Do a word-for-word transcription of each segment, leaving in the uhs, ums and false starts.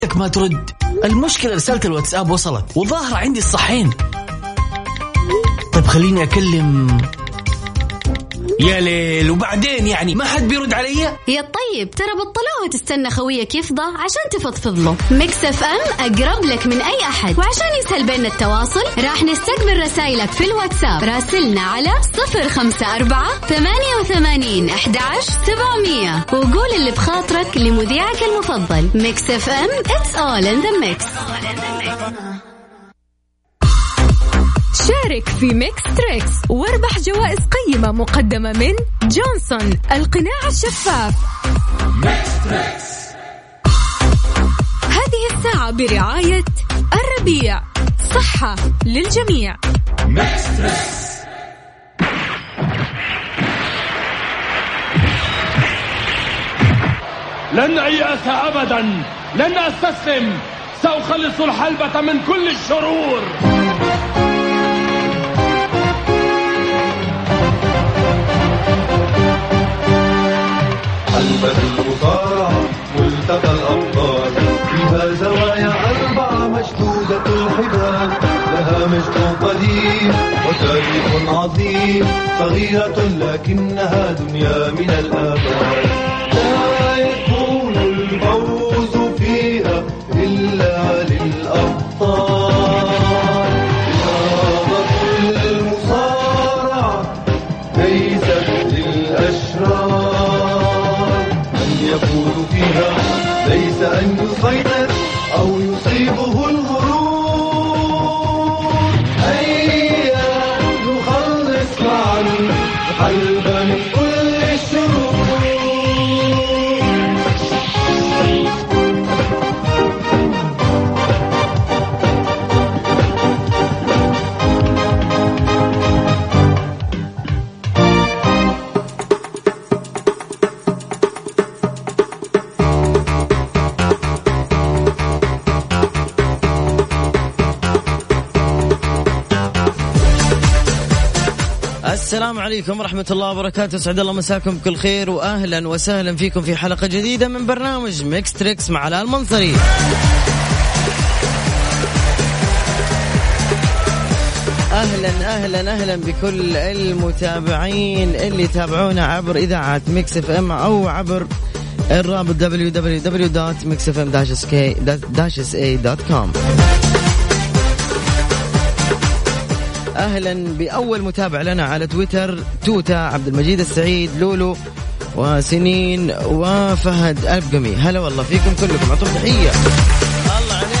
ما ترد. المشكلة رسالة الواتساب وصلت وظاهرة عندي الصحين. طيب خليني أكلم. يا ليل، وبعدين يعني ما حد بيرد علي. يا طيب ترى بطلوها وتستنى خويك يفضى عشان تفضفض له. ميكس اف ام أقرب لك من أي أحد، وعشان يسهل بيننا التواصل راح نستقبل رسائلك في الواتساب. راسلنا على صفر خمسة أربعة ثمانية وثمانين أحد عشر سبعمية وقول اللي بخاطرك لمذيعك المفضل. ميكس اف ام it's all in the mix. شارك في ميكس تريكس واربح جوائز قيمة مقدمة من جونسون القناع الشفاف. ميكس تريكس هذه الساعة برعاية الربيع، صحة للجميع. ميكس تريكس. لن أيأس أبدا، لن أستسلم، سأخلص الحلبة من كل الشرور. حلبة المصارعة ملتقى الأبطال، فيها زوايا أربعة مشدودة الحبال، لها مجد قديم وتاريخ عظيم، صغيرة لكنها دنيا من الآباء، لا يكون الفوز فيها إلا للأبطال. رياضة المصارعة ليست للأشرار، يفوز فيها ليس أن يسيطر أو يصيبه الغرور. هيا نخلص معا حلبة من كل الشرور. السلام عليكم ورحمة الله وبركاته، سعد الله مساكم بكل خير وأهلا وسهلا فيكم في حلقة جديدة من برنامج ميكس تريكس مع علاء المنصري. أهلا أهلا أهلا بكل المتابعين اللي تابعونا عبر إذاعة ميكس اف ام أو عبر الرابط دبليو دبليو دبليو دوت ميكس اف ام داش اس اي دوت كوم. أهلا بأول متابع لنا على تويتر، توتا عبد المجيد السعيد، لولو وسنين وفهد أبقمي. هلا والله فيكم كلكم، أعطوا تحية. الله عليك.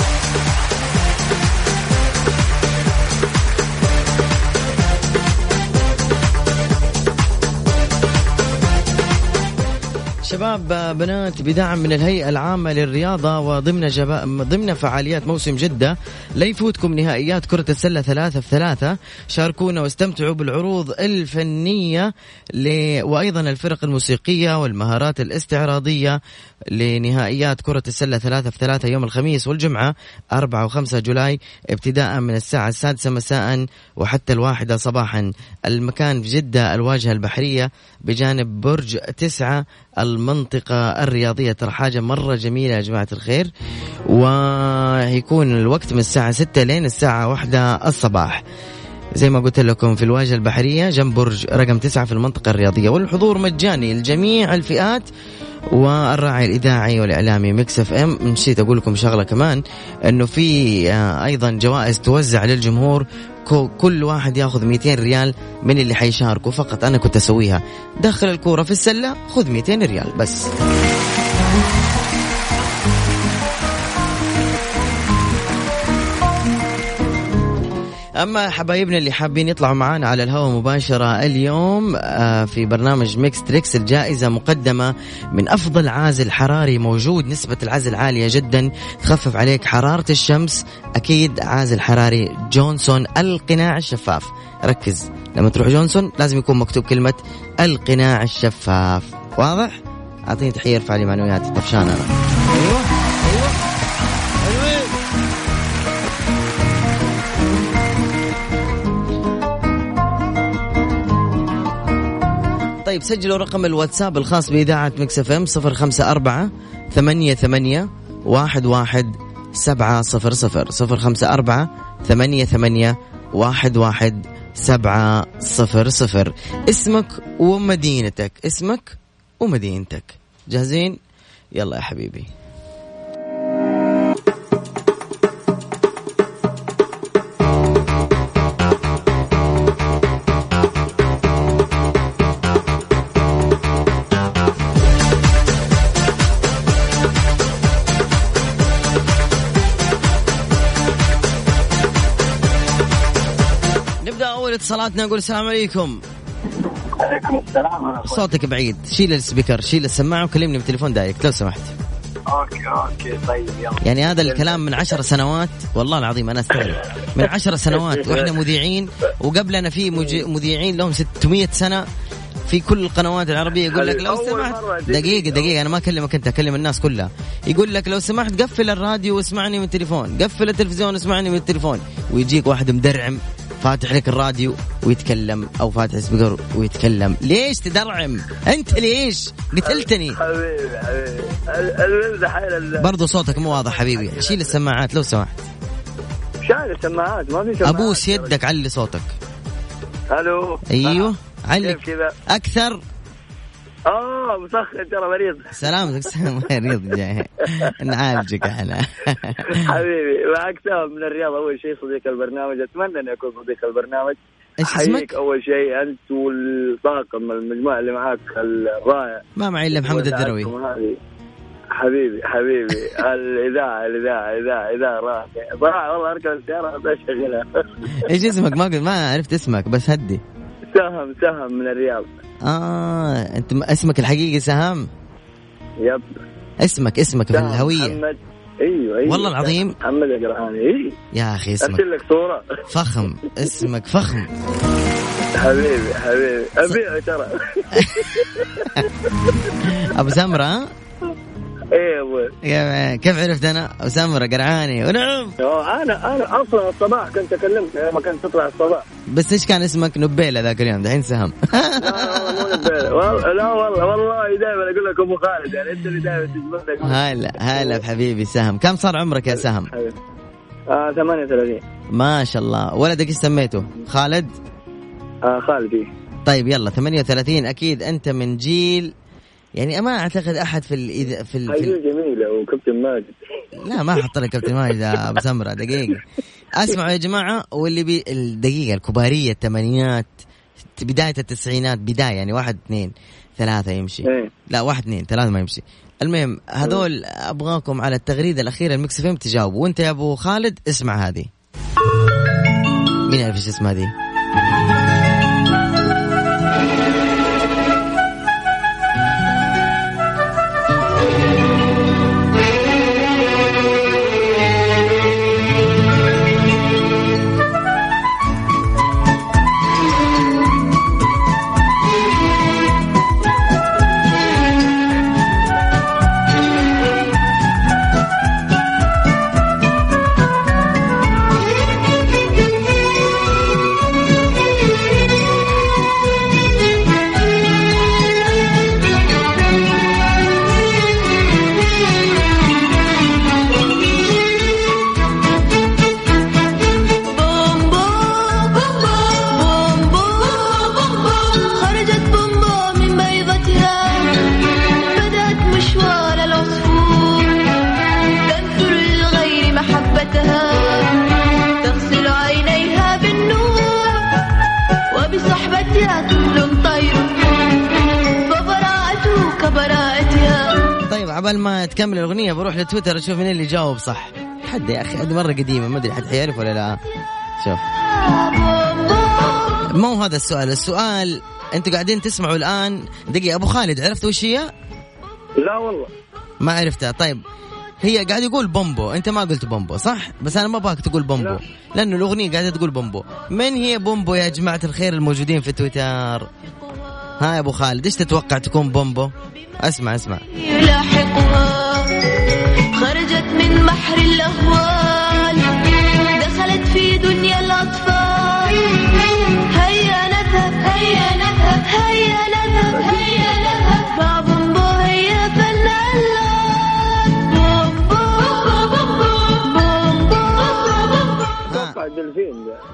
شباب بنات، بدعم من الهيئة العامة للرياضة وضمن جبا... ضمن فعاليات موسم جدة، لا يفوتكم نهائيات كرة السلة ثلاثة في ثلاثة. شاركونا واستمتعوا بالعروض الفنية ل... وأيضا الفرق الموسيقية والمهارات الاستعراضية لنهائيات كرة السلة ثلاثة في ثلاثة يوم الخميس والجمعة أربعة وخمسة جولاي، ابتداء من الساعة السادسة مساء وحتى الواحدة صباحا. المكان في جدة، الواجهة البحرية بجانب برج تسعة، المنطقة الرياضية. ترى حاجة مرة جميلة يا جماعة الخير، وهيكون الوقت من الساعة ستة لين الساعة واحدة الصباح زي ما قلت لكم في الواجهة البحرية جنب برج رقم تسعة في المنطقة الرياضية. والحضور مجاني لجميع الفئات. والراعي الإذاعي والإعلامي ميكس اف ام. نسيت أقول لكم شغلة كمان، أنه في أيضا جوائز توزع للجمهور، كل واحد ياخذ مئتين ريال من اللي حيشاركوا. فقط أنا كنت أسويها، دخل الكورة في السلة خذ مئتين ريال بس. أما حبايبنا اللي حابين يطلعوا معانا على الهواء مباشرة اليوم في برنامج ميكس تريكس، الجائزة مقدمة من أفضل عازل حراري موجود، نسبة العزل عالية جدا تخفف عليك حرارة الشمس. أكيد عازل حراري جونسون القناع الشفاف. ركز لما تروح جونسون لازم يكون مكتوب كلمة القناع الشفاف، واضح؟ أعطيني تحية، ارفع لي معنوياتي، طفشان أنا. أيوة أيوة أيوة. طيب سجلوا رقم الواتساب الخاص بإذاعة ميكس اف ام صفر خمسة أربعة ثمانية ثمانية واحد واحد سبعة صفر صفر صفر خمسة أربعة ثمانية ثمانية واحد واحد سبعة صفر صفر. اسمك ومدينتك، اسمك ومدينتك. جاهزين؟ يلا يا حبيبي. اتصالاتنا. نقول السلام عليكم. عليكم السلام. صوتك بعيد، شيل السبيكر، شيل السماعة وكلمني بالتليفون دايركت لو سمحت. اوكي اوكي طيب يلا. يعني هذا الكلام من عشر سنوات، والله العظيم انا استغرب، من عشر سنوات واحنا مذيعين، وقبلنا في مذيعين لهم ستمية سنة في كل القنوات العربية يقول لك لو سمحت دقيقة دقيقة أنا ما أكلمك أنت، أكلم الناس كلها. يقول لك لو سمحت قفل الراديو واسمعني من التليفون، قفل التلفزيون واسمعني من التليفون. ويجيك واحد مدرعم فاتح لك الراديو ويتكلم، أو فاتح السبيكر ويتكلم. ليش تدرعم أنت؟ ليش قتلتني حبيبي حبيبي؟ برضو صوتك مو واضح حبيبي، شيل السماعات لو سمحت. شايل السماعات ما في سماعات. أبوس يدك علي صوتك. ألو أيوه علي أكثر. آه مسخن ترى مريض. سلامتك مريض جاي نعالجك احنا. حبيبي معك سام من الرياض. أول شيء صديق البرنامج، أتمنى أن أكون صديق البرنامج. إيش اسمك؟ أول شيء أنت والطاقم المجموعة اللي معاك الرائع. ما معي إلا محمد الدروي. حبيبي حبيبي الإذاعة الإذاعة إذاعة إذاعة رائعة صراحة والله. أركب السيارة أشغلها. إيش اسمك؟ ما ما عرفت اسمك بس هدي. سهم سهم من الرياض. آه أنت اسمك الحقيقي سهم؟ يب اسمك اسمك في الهوية. محمد. أيوة أيوة والله العظيم محمد القرآني. إيه يا أخي اسمك أرسل لك صورة فخم، اسمك فخم حبيبي حبيبي. أبيع ترى. أبو سمرة. ايه ابوي. كيف عرفت انا؟ أسامة قرعاني. ونعم انا انا اصلا الصباح كنت اكلمك ما كنت تطلع الصباح. بس ايش كان اسمك؟ نبيلة ذاك اليوم، دحين سهم. لا والله مو نبيلة. لا والله والله دائما اقول لك ابو خالد، يعني انت اللي دائما تجبرني. هلا هلا بحبيبي سهم. كم صار عمرك يا سهم؟ آه ثمانية وثلاثين. ما شاء الله. ولدك ايش سميته؟ خالد؟ آه خالدي. طيب يلا ثمانية وثلاثين، اكيد انت من جيل، يعني ما اعتقد احد في ال في ال هاي جميله وكابتن ماجد. لا ما حط لك كابتن ماجد يا ابو سمره. دقيقه اسمعوا يا جماعه، واللي بي الدقيقه الكباريه الثمانينات بدايه التسعينات، بدايه يعني واحد اثنين ثلاثه يمشي. ايه؟ لا واحد اثنين ثلاثه ما يمشي. المهم هذول ابغاكم على التغريده الاخيره المكس فيم تجاوبوا. وانت يا ابو خالد اسمع هذه. مين يعرف ايش اسمها هذه؟ قبل ما تكمل الأغنية بروح لتويتر أشوف مين اللي جاوب صح. حد يا أخي هذه مرة قديمة ما أدري حد حيعرف ولا لا. شوف مو هذا السؤال. السؤال أنتوا قاعدين تسمعوا الآن. دقيقة أبو خالد عرفت وش هي؟ لا والله ما عرفتها. طيب هي قاعد يقول بومبو، أنت ما قلت بومبو صح؟ بس أنا ما باك تقول بومبو لا. لأنه الأغنية قاعدة تقول بومبو. من هي بومبو يا جماعة الخير الموجودين في تويتر؟ ها يا أبو خالد إيش تتوقع تكون بومبو؟ اسمع اسمع. يلاحقها خرجت من بحر الأهوال دخلت في دنيا الأطفال. هيا نذهب هيا نذهب هيا نذهب هيا نذهب مع بومبو. هيا فنان بومبو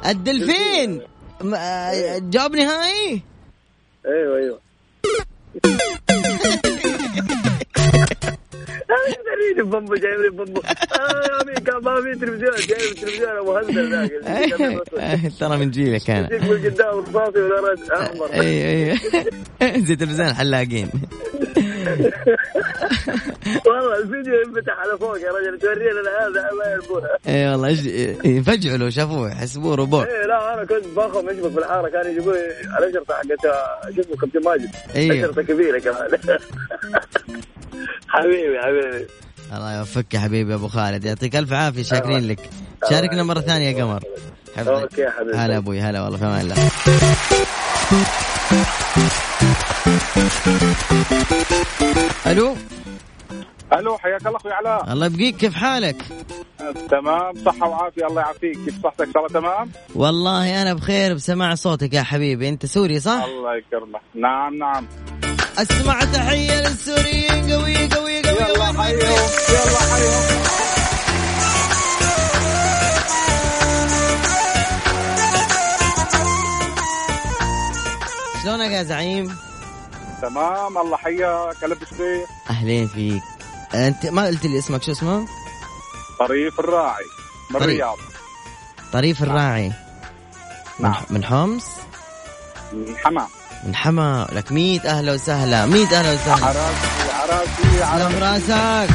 الدلفين. جواب نهائي. ايوه ايوه. انا بومبو جايب بومبو. اه مين كان ما في تلفزيون جايب التلفزيون ابو هندل ذاك. ترى من جيلك انا. يجيك من قدام رصاصي ولا رد احمر. اي اي زي تلفزيون حلاقين. والله الفيديو ينفتح على فوق يا رجل تورينا هذا الله يربوها. اي والله ينفجعوا لو شافوه يحسبوه ربوع. اي لا انا كنت باخذ مشبك في الحاره كانوا يجيبوا لي على شرطه حقتها شو اسمه كابتن ماجد. ايوه شرطه كبيره كمان. حبيبي حبيبي الله يوفقك يا حبيبي ابو خالد يعطيك الف عافيه شاكرين لك. شاركنا مره ثانيه يا قمر. اوكي يا حبيبي. هلا ابوي هلا والله في امان الله. الو الو حياك الله اخوي علاء. الله يبقيك كيف حالك؟ تمام صحه وعافيه الله يعافيك. كيف صحتك صار تمام؟ والله انا بخير بسماع صوتك يا حبيبي. انت سوري صح؟ الله يكرمك. نعم نعم. اسمع تحيه للسوريين قويه قويه قويه. يلا حيهم يلا حيهم. شلونك يا زعيم؟ تمام الله حياك. البس بيه. اهلين فيك. انت ما قلت لي اسمك شو اسمه؟ طريف الراعي من طريف. الرياض. طريف الراعي. نعم. من حمص؟ من حما. من حما. لك ميت اهلا وسهلا. ميت اهلا وسهلا. عراسي عراسي على راسك.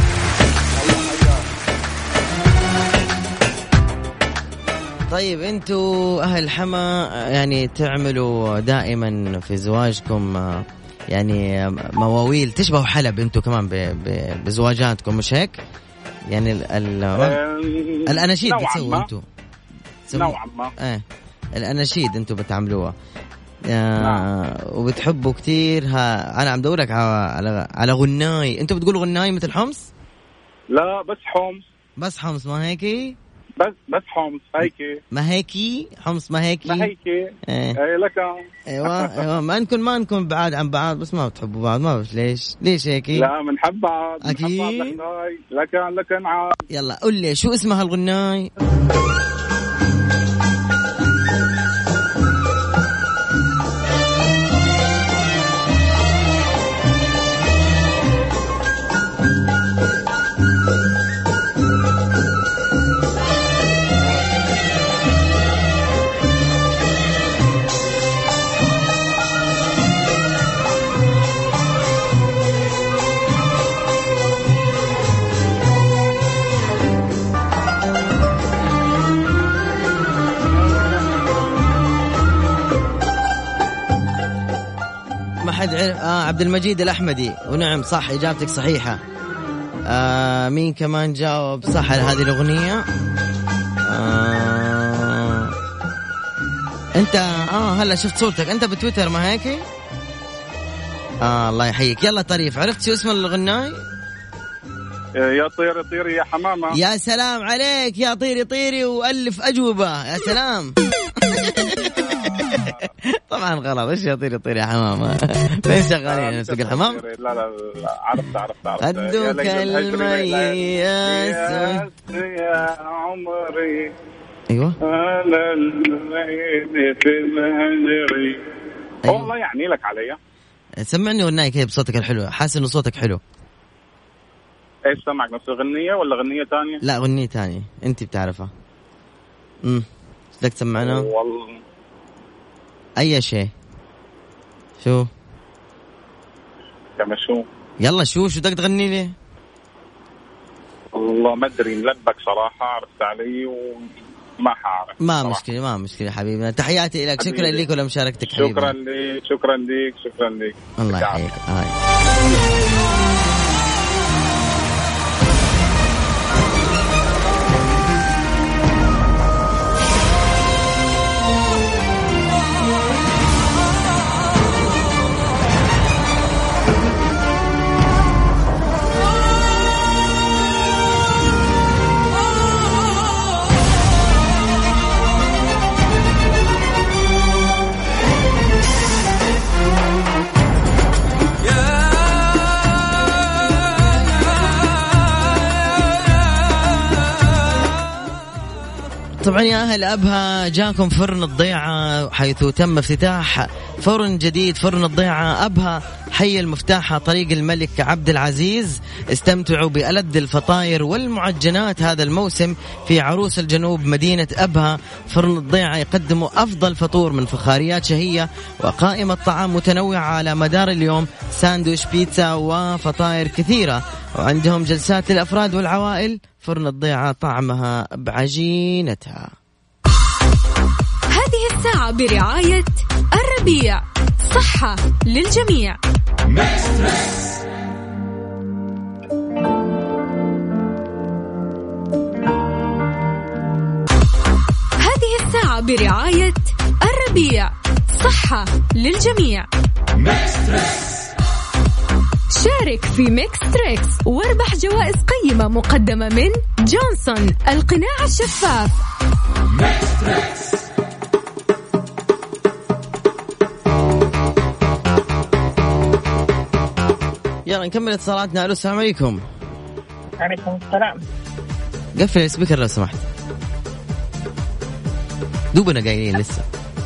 طيب انتوا اهل حما يعني تعملوا دائما في زواجكم يعني مواويل تشبه حلب انتوا كمان بزواجاتكم مش هيك؟ يعني ال ال الاناشيد بتسووا انتوا نوعا ما. ايه الاناشيد انتوا بتعملوها. نعم. وبتحبوا كتير. ها انا عم دورك على على غناي. انتوا بتقولوا غناي مثل حمص؟ لا بس حمص. بس حمص ما هيكي؟ بس بس حمص هيكي. ما هيكي حمص ما هيكي. ما هيكي. ايه ايه لك. ايوه ايوه ما نكون ما نكون بعاد عن بعض بس ما بتحبوا بعض. ما بعرف ليش ليش هيكي. لا بنحب بعض. اكيد. لكن لكن عاد. يلا قل لي شو اسمها الغناي؟ حد عرف. آه عبد المجيد الأحمدي. ونعم صح إجابتك صحيحة. آه مين كمان جاوب صح على هذه الأغنية؟ آه أنت آه هلا شفت صورتك أنت بتويتر ما هيك؟ آه الله يحييك. يلا طريف عرفت شو اسم الغناي؟ يا طيري طيري يا حمامة. يا سلام عليك يا طيري طيري وألف أجوبة. يا سلام. طبعا غلط. ايش يا طيري طيري يا حمامة؟ فين شغالين سوق الحمام؟ لا لا لا عرفت عرفت عرفت. أدوك المياس يا عمري. ايوه انا الوحيد في الهجري. والله يعني لك عليا. سمعني غناي كيف بصوتك الحلو. حاسس انه صوتك حلو. ايش سمعك نفس الغنية ولا غنية تانية؟ لا غنية تانية انت بتعرفها. امم بدك تسمعنا؟ والله اي شيء. شو كما شو يلا شو شو بدك تغني لي؟ والله ما ادري ملبك صراحة. عرفت علي وما حعرف. ما صراحة. مشكلة ما مشكلة حبيبنا. تحياتي لك. شكرا لك ولمشاركتك حبيبنا. شكرا لك شكرا لك شكرا لك. الله يحييك. هاي طبعا يا أهل أبها جاكم فرن الضيعة، حيث تم افتتاح فرن جديد. فرن الضيعة أبها حي المفتاحة طريق الملك عبد العزيز. استمتعوا بألذ الفطاير والمعجنات هذا الموسم في عروس الجنوب مدينة أبها. فرن الضيعة يقدم أفضل فطور من فخاريات شهية وقائمة طعام متنوعة على مدار اليوم، ساندويش، بيتزا وفطاير كثيرة، وعندهم جلسات للأفراد والعوائل. فرن الضيعة طعمها بعجينتها. هذه الساعة برعاية الربيع، صحة للجميع. هذه الساعة برعاية الربيع، صحة للجميع. شارك في ميكس تريكس واربح جوائز قيمة مقدمة من جونسون القناع الشفاف. يلا نكمل اتصالاتنا. الو السلام عليكم. وعليكم السلام. قفل السبيكر لو سمحت، دوبنا قايلين لسه.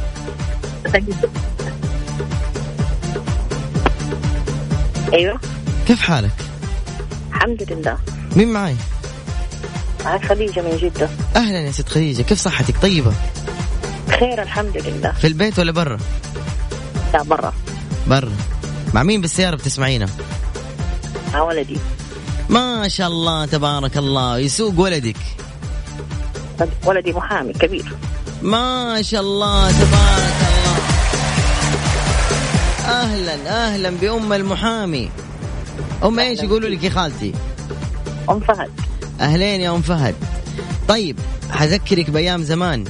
ايوه كيف حالك؟ الحمد لله. مين معي؟ معك خديجة من جدة. اهلا يا ست خديجة، كيف صحتك؟ طيبة؟ بخير الحمد لله. في البيت ولا برا؟ لا برا. برا. مع مين بالسيارة بتسمعينا؟ مع ولدي. ما شاء الله تبارك الله. يسوق ولدك؟ ولدي محامي كبير. ما شاء الله تبارك الله. أهلا أهلا بأم المحامي. أم إيش يقولوا لك يا خالتي؟ أم فهد. أهلين يا أم فهد. طيب حذكرك بأيام زمان.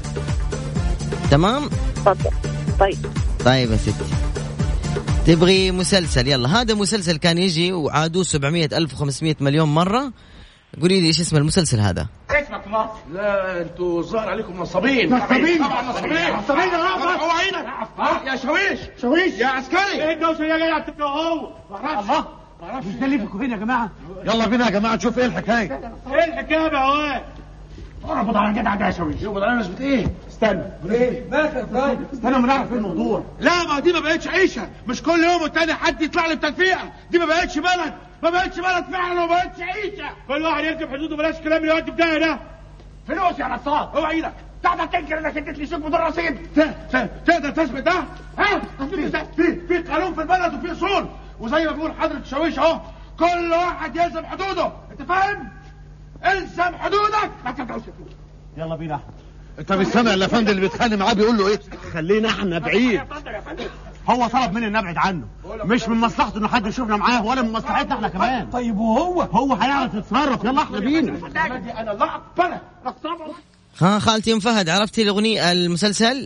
تمام؟ تفضل. طيب طيب يا ستي، تبغي مسلسل؟ يلا هذا مسلسل كان يجي وعادوه سبعمية ألف وخمسمية مليون مرة. قولي لي إيش اسم المسلسل هذا؟ اسمك مصر. لا انتوا ظاهر عليكم نصابين. نصابين طبعا نصابين. نصابين يا رب. هو عينك يا شويش. شويش يا عسكري. ايه الدوشه يا جاي تبقى هو؟ الله ما اعرفش. مش ده اللي فيكم فين يا جماعه؟ يلا بينا يا جماعه نشوف ايه الحكايه. ايه الحكايه بقى هو؟ اربط على الجدع ده يا شويش. يقبض علينا نسبة ايه؟ استنى ايه؟ مالك يا فرايد؟ استنى ما نعرف ايه الموضوع. لا ما دي ما بقتش عيشه، مش كل يوم والتاني حد يطلع لي بتلفيقه. دي ما بقتش بلد، ما بقتش بلد فعلا، وما بقتش عيشه. كل واحد يركب حدوده، بلاش كلام اللي يودي بدايه ده. فلوس يا نصاب. اوعى ايدك. تقدر تنكر انك اديت لي شيك بدون رصيد؟ تقدر تثبت ده؟ ها؟ في في قانون في البلد وفي اصول، وزي ما بيقول حضرة الشاويش اهو، كل واحد يلزم حدوده. انت فاهم؟ الزم حدودك ما تبقاش فلوس. يلا بينا احمد. انت مش سامع الافندي اللي بيتخانق معاه بيقول له ايه؟ خلينا احنا بعيد. هو طلب مني نبعد عنه، مش من مصلحته انه حد يشوفنا معاه ولا من مصلحتنا احنا كمان. طيب وهو هو هيعرف يتصرف. يلا احنا بينا. انا لا اقبله. ها خالتي ام فهد، عرفتي الاغنيه المسلسل؟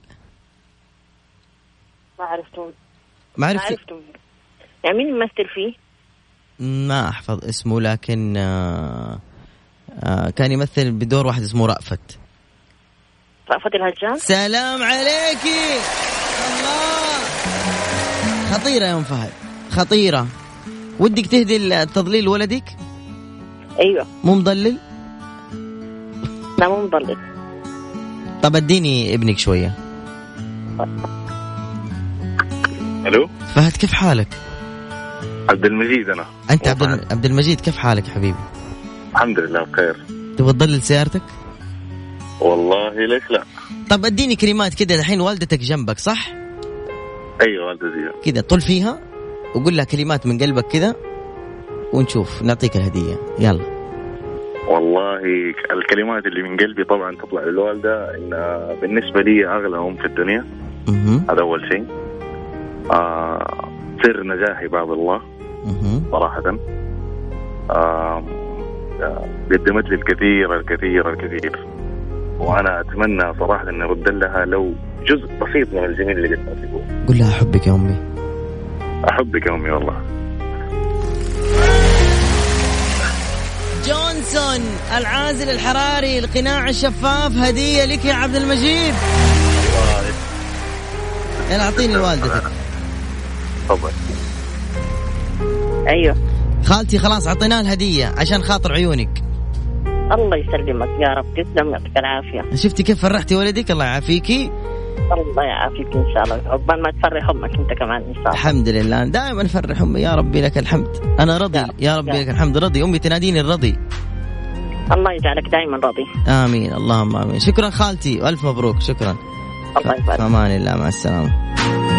ما عرفته. ما عرفتي؟ يعني مين يمثل فيه؟ ما احفظ اسمه، لكن آه آه كان يمثل بدور واحد اسمه رأفت. رأفت الهجان. سلام عليكي. الله، خطيرة يا ام فهد، خطيرة. ودك تهدي التضليل لولدك؟ ايوه. مو مضلل؟ لا مو مضلل. طب اديني ابنك شوية. الو فهد، كيف حالك؟ عبد المجيد انا. انت عبد عبد المجيد، كيف حالك يا حبيبي؟ الحمد لله بخير. تبغى تضلل سيارتك؟ والله ليش لا. طب اديني كلمات كده. الحين والدتك جنبك صح؟ ايوه والدتي. كده طل فيها وقول لها كلمات من قلبك كده ونشوف نعطيك الهدية. يلا. والله الكلمات اللي من قلبي طبعا تطلع للوالدة إن بالنسبة لي أغلى أم في الدنيا. هذا أول شيء. آه سر نجاحي بعد الله صراحة. آه قدمت لي الكثير الكثير الكثير، وأنا أتمنى صراحة أن أرد لها لو جزء بسيط من الجميل اللي قدمت لي. قل لها أحبك يا أمي. أحبك يا أمي والله. جونسون العازل الحراري القناع الشفاف هدية لك يا عبد المجيد. يلا أعطيني والدتك. طبعا. أيوه خالتي خلاص أعطيناها الهدية عشان خاطر عيونك. الله يسلمك يا رب، تسلم يعطيك العافية. شفتي كيف فرحتي ولدك؟ الله يعافيكي. الله يعافيك إن شاء الله، عقبال ما تفرح أمك أنت كمان إن شاء الله. الحمد لله، دائما أفرح أمي. يا ربي لك الحمد، أنا رضي يا, يا ربي لك الحمد، رضي. أمي تناديني الرضي. الله يجعلك دائما راضي. آمين اللهم آمين. شكرا خالتي وألف مبروك. شكرا. الله يبارك. أمان الله، مع السلامة.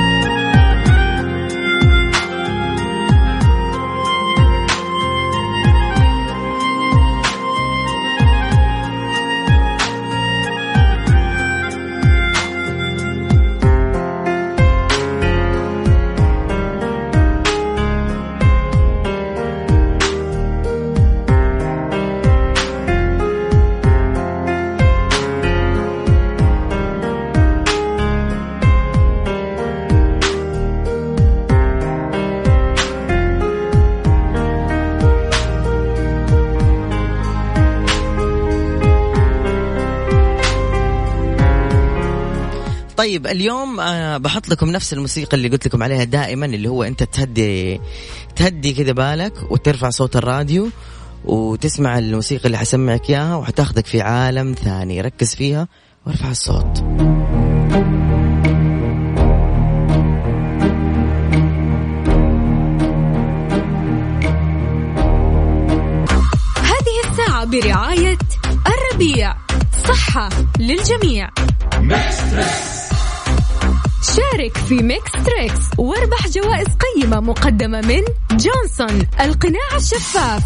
طيب اليوم بحط لكم نفس الموسيقى اللي قلت لكم عليها دائما، اللي هو أنت تهدي تهدي كذا بالك وترفع صوت الراديو وتسمع الموسيقى اللي حسمعك إياها وحتاخدك في عالم ثاني. ركز فيها وارفع الصوت. هذه الساعة برعاية الربيع، صحة للجميع. شارك في ميكس تريكس واربح جوائز قيمة مقدمة من جونسون القناع الشفاف.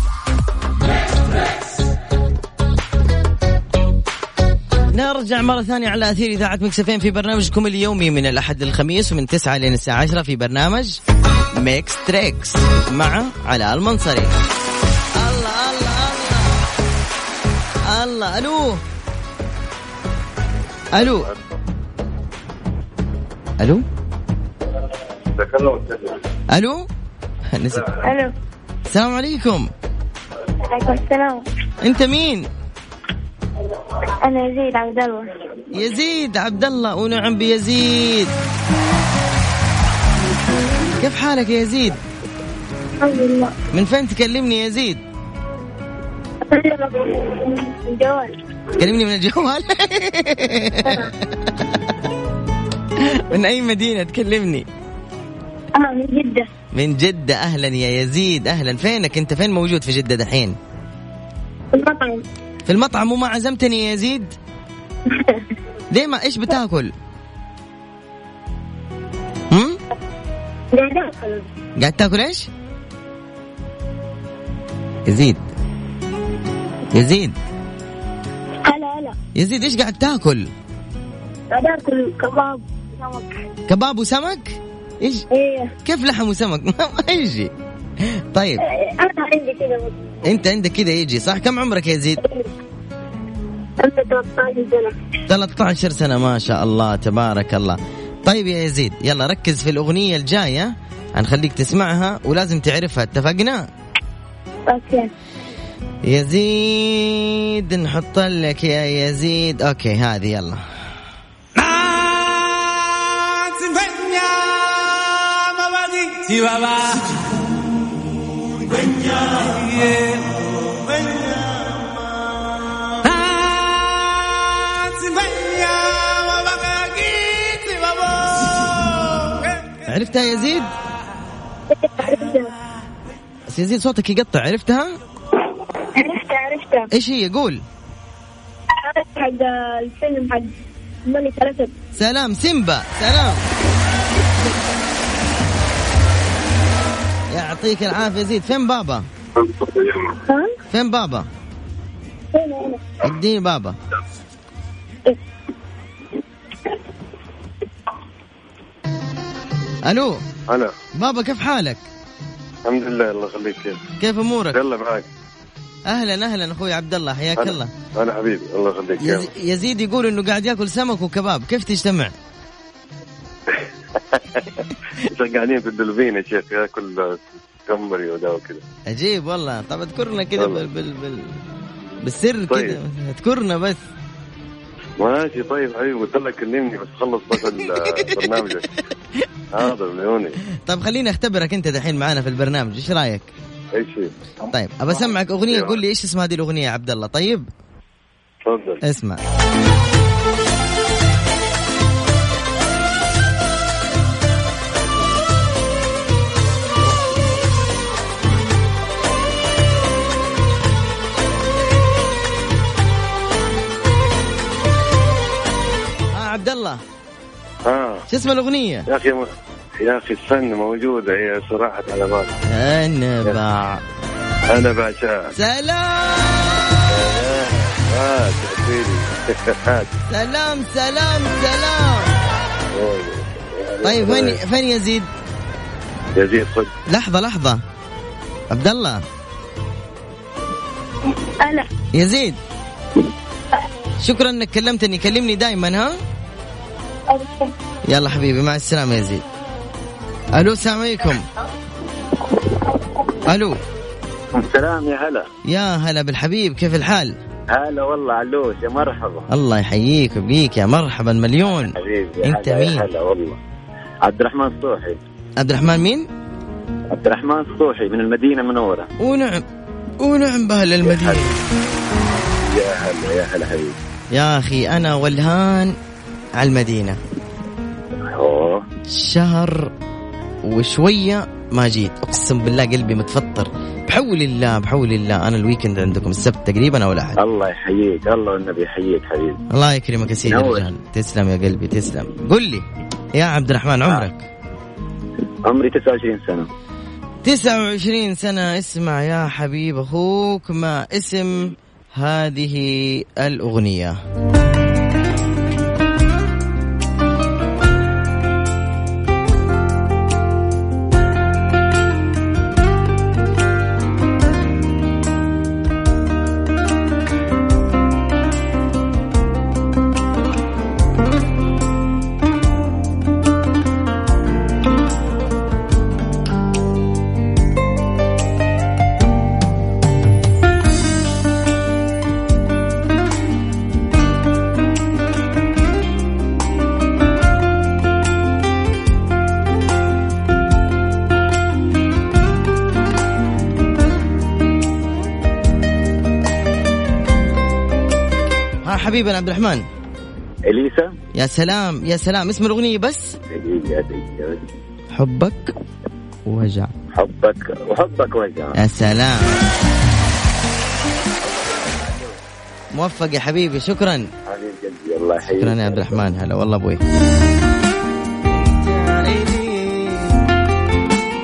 نرجع مرة ثانية على أثير إذاعة ميكس إف إم في برنامجكم اليومي من الأحد للخميس ومن تسعة إلى الساعة عشرة في برنامج ميكس تريكس مع علاء المنصري. الله الله الله الله. ألو ألو ألو ألو ألو. السلام عليكم. عليكم السلام. أنت مين؟ أنا يزيد عبد الله. يزيد عبد الله. ونعم بيزيد. كيف حالك يا يزيد؟ الحمد لله. من فين تكلمني يا يزيد؟ من الجوال. تكلمني من الجوال؟ من أي مدينة تكلمني؟ آه من جدة. من جدة. أهلا يا يزيد، أهلا. فينك أنت؟ فين موجود في جدة دحين؟ في المطعم. في المطعم. وما عزمتني يا يزيد؟ ليه ما إيش بتاكل؟ هم؟ قاعد أكل. قاعد تاكل إيش؟ يزيد يزيد هلا هلا. يزيد إيش قاعد تاكل؟ قاعد أكل كباب وسمك. كباب وسمك؟ إيش؟ إيه. كيف لحم وسمك؟ ما يجي. طيب أنا عندي كذا. أنت عندك كذا يجي صح؟ كم عمرك يا يزيد؟ عندي ثلاثة عشر سنة. ثلاثة عشر سنة، ما شاء الله تبارك الله. طيب يا يزيد يلا ركز في الأغنية الجاية، هنخليك تسمعها ولازم تعرفها. اتفقنا؟ أوكي. يزيد نحط لك يا يزيد. أوكي هذه يلا. عرفتها يا يزيد؟ بس يزيد صوتك يقطع. عرفتها؟ عرفتها عرفتها. ايش هي؟ قول. حق الفيلم حق ملك الأسد. سلام سيمبا. سلام. يعطيك العافية يزيد. فين بابا؟ ها؟ فين بابا؟ هنا هنا. اديني بابا. الو. هلا بابا كيف حالك؟ الحمد لله الله يخليك. كيف كيف امورك؟ يلا معاك. اهلا اهلا اخوي عبد الله حياك أنا. الله. انا حبيبي الله يخليك. يز... يزيد يقول انه قاعد ياكل سمك وكباب، كيف تجتمع؟ قاعدين في الدلفين يا شيخ ياكل كمري ودا وكذا. عجيب والله. طب اذكرنا كذا بال... بال... بال... بالسر طيب. كذا اذكرنا بس. ماشي طيب حبيبي قلت لك كلمني بس خلص بس البرنامج. حاضر مليوني. طيب خليني اختبرك انت دحين معانا في البرنامج، ايش رايك؟ ايش هي؟ طيب ابى اسمعك اغنيه، قول لي ايش اسم هذه الاغنيه يا عبد الله. طيب تفضل اسمع. ها عبد الله اه شو اسم الاغنيه يا اخي؟ م... يا اخي السنة موجودة هي صراحة على بالي. انا باع انا بعشاء. سلام آه سلام سلام سلام. طيب فين فين يزيد؟ يزيد خد لحظة لحظة عبد الله. أنا يزيد شكرا انك كلمتني، كلمني دائما ها. يلا حبيبي مع السلامة يزيد. الو السلام عليكم. الو السلام يا هلا. يا هلا بالحبيب، كيف الحال؟ هلا والله علوش، يا مرحبا. الله يحييك ويبقيك، يا مرحبا مليون. حبيبي انت هلا مين؟ هلا والله. عبد الرحمن الصوحي. عبد الرحمن مين؟ عبد الرحمن الصوحي من المدينة المنورة. ونعم ونعم بأهل المدينة. يا هلا يا هلا حبيبي. يا أخي أنا والهان على المدينة. أوه. شهر وشوية ما جيت، أقسم بالله قلبي متفطر. بحول الله بحول الله أنا الويكند عندكم السبت تقريبا أو الأحد. الله يحييك، الله والنبي يحييك حبيبي. الله يكرمك يا سيدي الرجال. تسلم يا قلبي تسلم. قل لي يا عبد الرحمن عمرك؟ عمري تسعة وعشرين سنة. تسعة وعشرين سنة. اسمع يا حبيب أخوك، ما اسم هذه الأغنية؟ حبيبنا عبد الرحمن. إليسا. يا سلام يا سلام. اسم الأغنية بس؟ حبك وجع. حبك وحبك وجع. يا سلام. موفق يا حبيبي. شكرا حبيبي قلبي. الله يحييك. شكرا يا عبد الرحمن. هلا والله أبوي.